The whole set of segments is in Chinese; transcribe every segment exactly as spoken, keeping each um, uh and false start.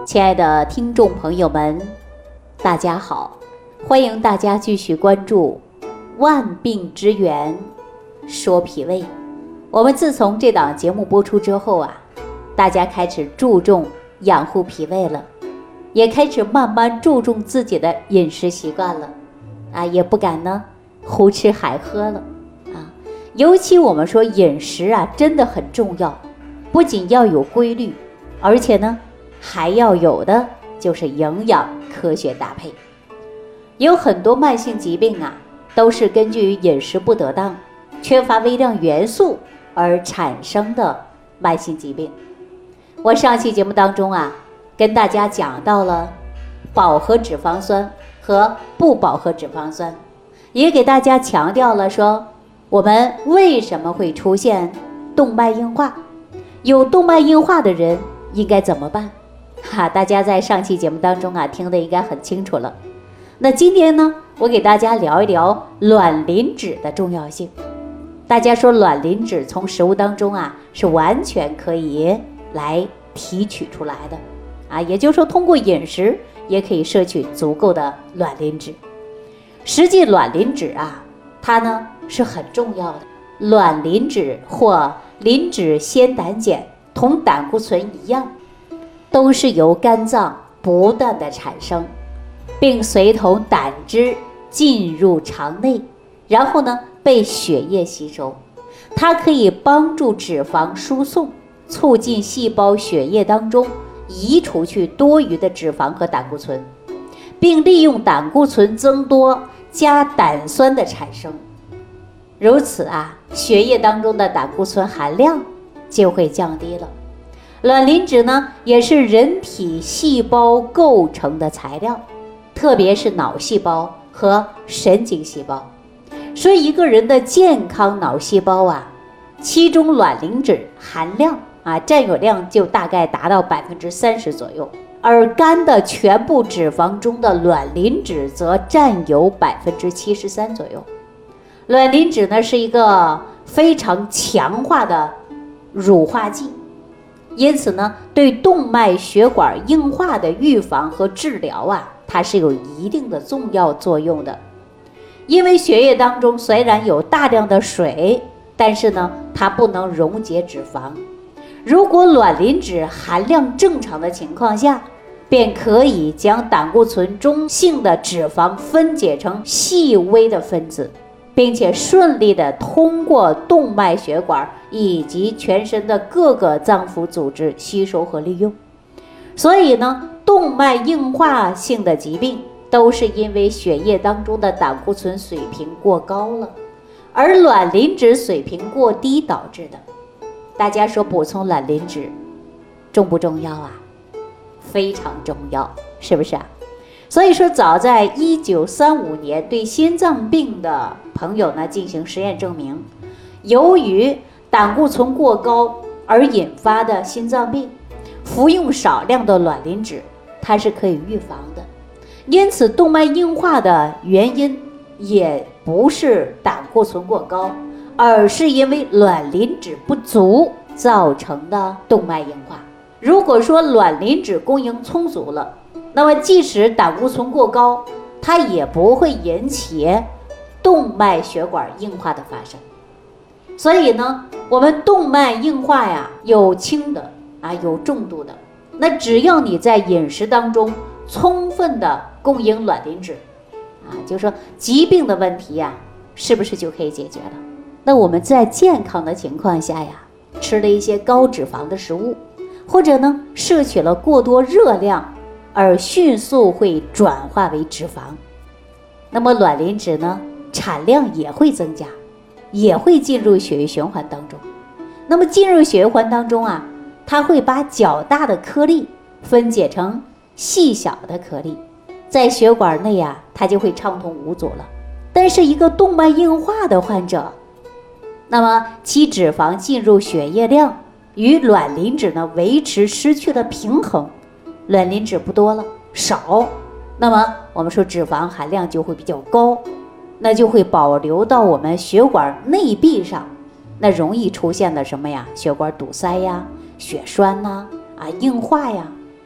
亲爱的听众朋友们，大家好，欢迎大家继续关注万病之源说脾胃。我们自从这档节目播出之后啊，大家开始注重养护脾胃了，也开始慢慢注重自己的饮食习惯了啊，也不敢呢胡吃海喝了啊。尤其我们说饮食啊真的很重要，不仅要有规律，而且呢还要有的就是营养科学搭配。有很多慢性疾病啊都是根据饮食不得当、缺乏微量元素而产生的慢性疾病。我上期节目当中啊跟大家讲到了饱和脂肪酸和不饱和脂肪酸，也给大家强调了说我们为什么会出现动脉硬化，有动脉硬化的人应该怎么办哈，大家在上期节目当中啊听得应该很清楚了。那今天呢，我给大家聊一聊卵磷脂的重要性。大家说卵磷脂从食物当中啊是完全可以来提取出来的啊，也就是说通过饮食也可以摄取足够的卵磷脂。实际卵磷脂啊它呢是很重要的，卵磷脂或磷脂酰胆碱同胆固醇一样，都是由肝脏不断的产生，并随同胆汁进入肠内，然后呢被血液吸收。它可以帮助脂肪输送，促进细胞血液当中移除去多余的脂肪和胆固醇，并利用胆固醇增多加胆酸的产生。如此啊，血液当中的胆固醇含量就会降低了。卵磷脂呢也是人体细胞构成的材料，特别是脑细胞和神经细胞。所以一个人的健康脑细胞啊，其中卵磷脂含量啊占有量就大概达到百分之三十左右，而肝的全部脂肪中的卵磷脂则占有百分之七十三左右。卵磷脂呢是一个非常强化的乳化剂，因此呢对动脉血管硬化的预防和治疗啊它是有一定的重要作用的。因为血液当中虽然有大量的水，但是呢它不能溶解脂肪，如果卵磷脂含量正常的情况下，便可以将胆固醇中性的脂肪分解成细微的分子，并且顺利的通过动脉血管以及全身的各个脏腑组织吸收和利用。所以呢动脉硬化性的疾病都是因为血液当中的胆固醇水平过高了，而卵磷脂水平过低导致的。大家说补充卵磷脂重不重要啊？非常重要，是不是啊？所以说早在一九三五年对心脏病的朋友呢进行实验证明，由于胆固醇过高而引发的心脏病，服用少量的卵磷脂它是可以预防的。因此动脉硬化的原因也不是胆固醇过高，而是因为卵磷脂不足造成的动脉硬化。如果说卵磷脂供应充足了，那么即使胆固醇过高，它也不会引起动脉血管硬化的发生。所以呢我们动脉硬化呀有轻的啊有重度的，那只要你在饮食当中充分的供应卵磷脂啊，就是说疾病的问题呀是不是就可以解决了？那我们在健康的情况下呀，吃了一些高脂肪的食物，或者呢摄取了过多热量，而迅速会转化为脂肪，那么卵磷脂呢产量也会增加，也会进入血液循环当中。那么进入血液循环当中啊，它会把较大的颗粒分解成细小的颗粒，在血管内啊它就会畅通无阻了。但是一个动脉硬化的患者，那么其脂肪进入血液量与卵磷脂呢维持失去了平衡，卵磷脂不多了少，那么我们说脂肪含量就会比较高，那就会保留到我们血管内壁上，那容易出现的什么呀？血管堵塞呀、血栓呐、啊硬化呀。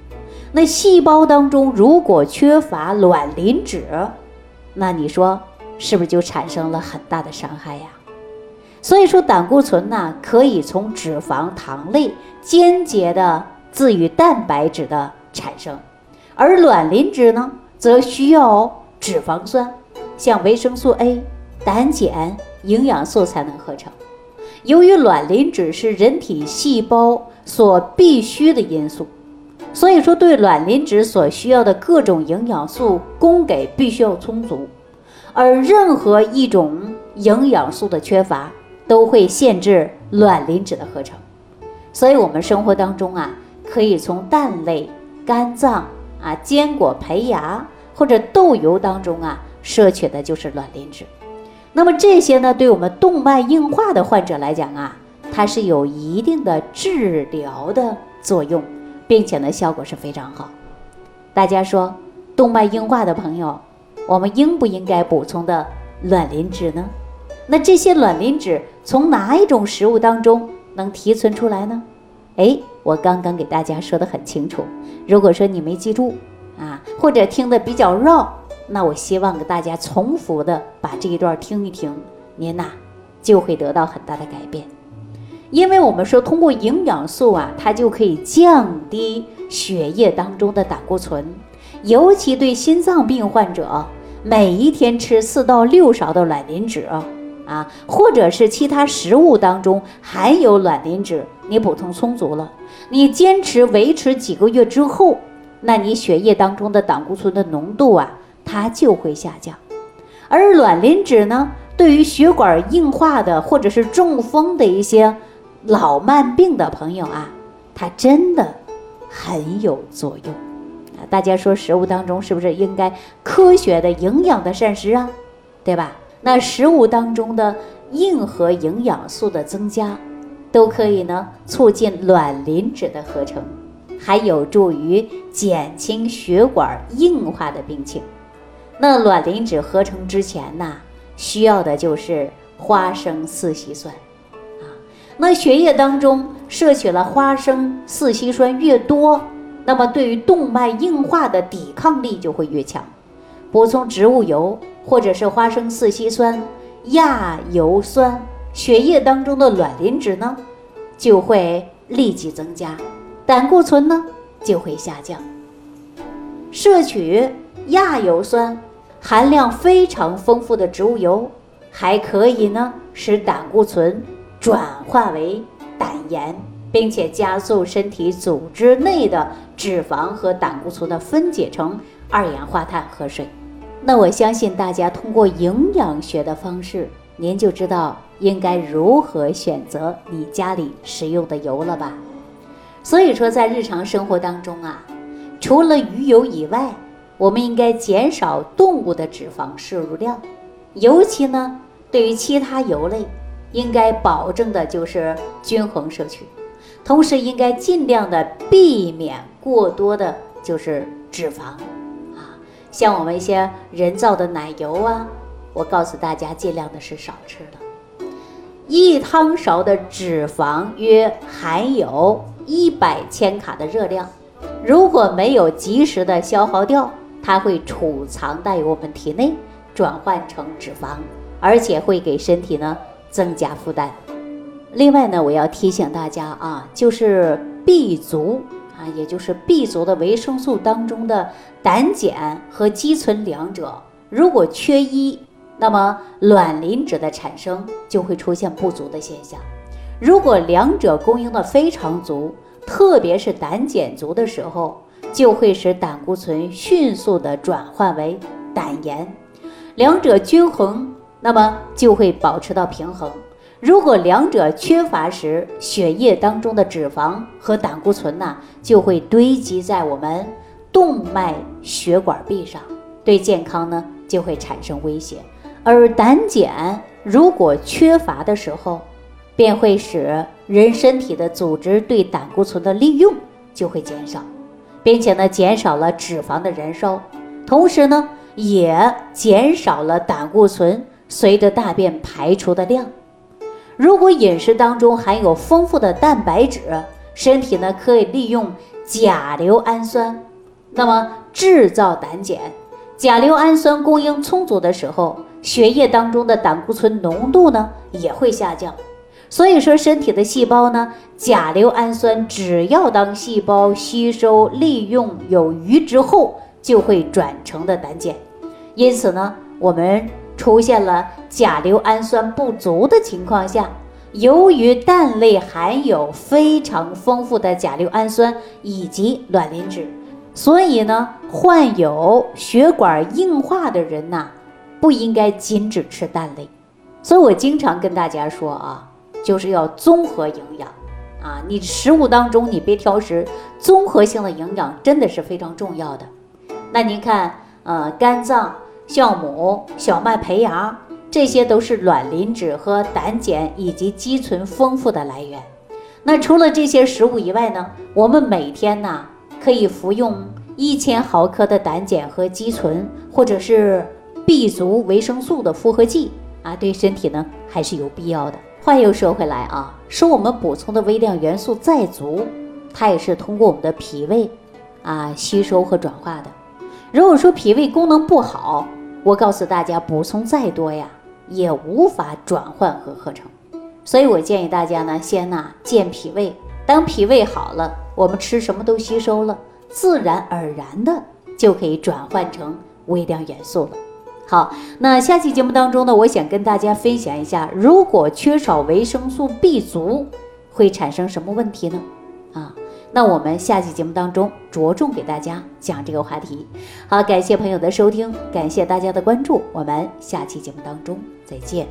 那细胞当中如果缺乏卵磷脂，那你说是不是就产生了很大的伤害呀？所以说胆固醇呢，可以从脂肪、糖类间接的自于蛋白质的产生，而卵磷脂呢，则需要脂肪酸，像维生素 A、胆碱、营养素才能合成。由于卵磷脂是人体细胞所必须的因素，所以说对卵磷脂所需要的各种营养素供给必须要充足，而任何一种营养素的缺乏都会限制卵磷脂的合成。所以我们生活当中啊，可以从蛋类、肝脏啊、坚果、胚芽或者豆油当中啊摄取的就是卵磷脂。那么这些呢，对我们动脉硬化的患者来讲啊，它是有一定的治疗的作用，并且呢效果是非常好。大家说动脉硬化的朋友，我们应不应该补充的卵磷脂呢？那这些卵磷脂从哪一种食物当中能提纯出来呢？哎，我刚刚给大家说得很清楚，如果说你没记住啊，或者听得比较绕，那我希望给大家重复的把这一段听一听，您呐、啊、就会得到很大的改变。因为我们说通过营养素啊，它就可以降低血液当中的胆固醇，尤其对心脏病患者，每一天吃四到六勺的卵磷脂啊，或者是其他食物当中含有卵磷脂，你补充充足了，你坚持维持几个月之后，那你血液当中的胆固醇的浓度啊，它就会下降。而卵磷脂呢，对于血管硬化的或者是中风的一些老慢病的朋友啊，它真的很有作用。大家说食物当中是不是应该科学的营养的膳食啊，对吧？那食物当中的硬核营养素的增加，都可以呢促进卵磷脂的合成，还有助于减轻血管硬化的病情。那卵磷脂合成之前呢，需要的就是花生四烯酸啊。那血液当中摄取了花生四烯酸越多，那么对于动脉硬化的抵抗力就会越强。补充植物油或者是花生四烯酸、亚油酸，血液当中的卵磷脂呢就会立即增加，胆固醇呢就会下降。摄取亚油酸含量非常丰富的植物油，还可以呢使胆固醇转化为胆盐，并且加速身体组织内的脂肪和胆固醇的分解成二氧化碳和水。那我相信大家通过营养学的方式，您就知道应该如何选择你家里食用的油了吧。所以说在日常生活当中啊，除了鱼油以外，我们应该减少动物的脂肪摄入量，尤其呢对于其他油类应该保证的就是均衡摄取，同时应该尽量的避免过多的就是脂肪啊，像我们一些人造的奶油啊，我告诉大家尽量的是少吃的。一汤勺的脂肪约含有一百千卡的热量，如果没有及时的消耗掉，它会储藏在我们体内，转换成脂肪，而且会给身体呢增加负担。另外呢，我要提醒大家啊，就是 B 族啊，也就是 B 族的维生素当中的胆碱和肌醇两者，如果缺一，那么卵磷脂的产生就会出现不足的现象。如果两者供应的非常足，特别是胆碱足的时候，就会使胆固醇迅速的转换为胆盐，两者均衡，那么就会保持到平衡。如果两者缺乏时，血液当中的脂肪和胆固醇呢，就会堆积在我们动脉血管壁上，对健康呢就会产生威胁。而胆碱如果缺乏的时候，便会使人身体的组织对胆固醇的利用就会减少，并且呢减少了脂肪的燃烧，同时呢也减少了胆固醇随着大便排出的量。如果饮食当中含有丰富的蛋白质，身体呢可以利用甲硫氨酸那么制造胆碱，甲硫氨酸供应充足的时候，血液当中的胆固醇浓度呢也会下降。所以说身体的细胞呢，甲硫氨酸只要当细胞吸收利用有余之后，就会转成的胆碱。因此呢，我们出现了甲硫氨酸不足的情况下，由于蛋类含有非常丰富的甲硫氨酸以及卵磷脂，所以呢，患有血管硬化的人呐、啊，不应该仅只吃蛋类。所以我经常跟大家说啊，就是要综合营养啊，你食物当中你别挑食，综合性的营养真的是非常重要的。那您看，呃，肝脏、酵母、小麦胚芽，这些都是卵磷脂和胆碱以及肌醇丰富的来源。那除了这些食物以外呢，我们每天呢可以服用一千毫克的胆碱和肌醇，或者是 B 族维生素的复合剂啊，对身体呢还是有必要的。话又说回来啊，说我们补充的微量元素再足，它也是通过我们的脾胃啊吸收和转化的。如果说脾胃功能不好，我告诉大家，补充再多呀，也无法转换和合成。所以我建议大家呢，先呢健脾胃，当脾胃好了，我们吃什么都吸收了，自然而然的就可以转换成微量元素了。好，那下期节目当中呢，我想跟大家分享一下，如果缺少维生素 B 族会产生什么问题呢？啊，那我们下期节目当中着重给大家讲这个话题。好，感谢朋友的收听，感谢大家的关注，我们下期节目当中再见。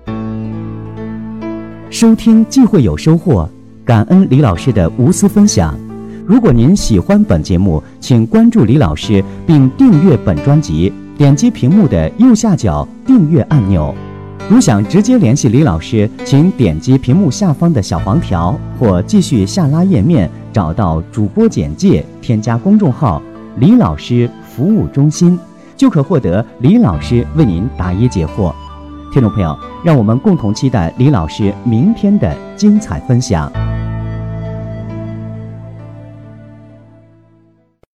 收听既会有收获，感恩李老师的无私分享。如果您喜欢本节目，请关注李老师并订阅本专辑，点击屏幕的右下角订阅按钮。如想直接联系李老师，请点击屏幕下方的小黄条，或继续下拉页面找到主播简介，添加公众号李老师服务中心，就可获得李老师为您答疑解惑。听众朋友，让我们共同期待李老师明天的精彩分享。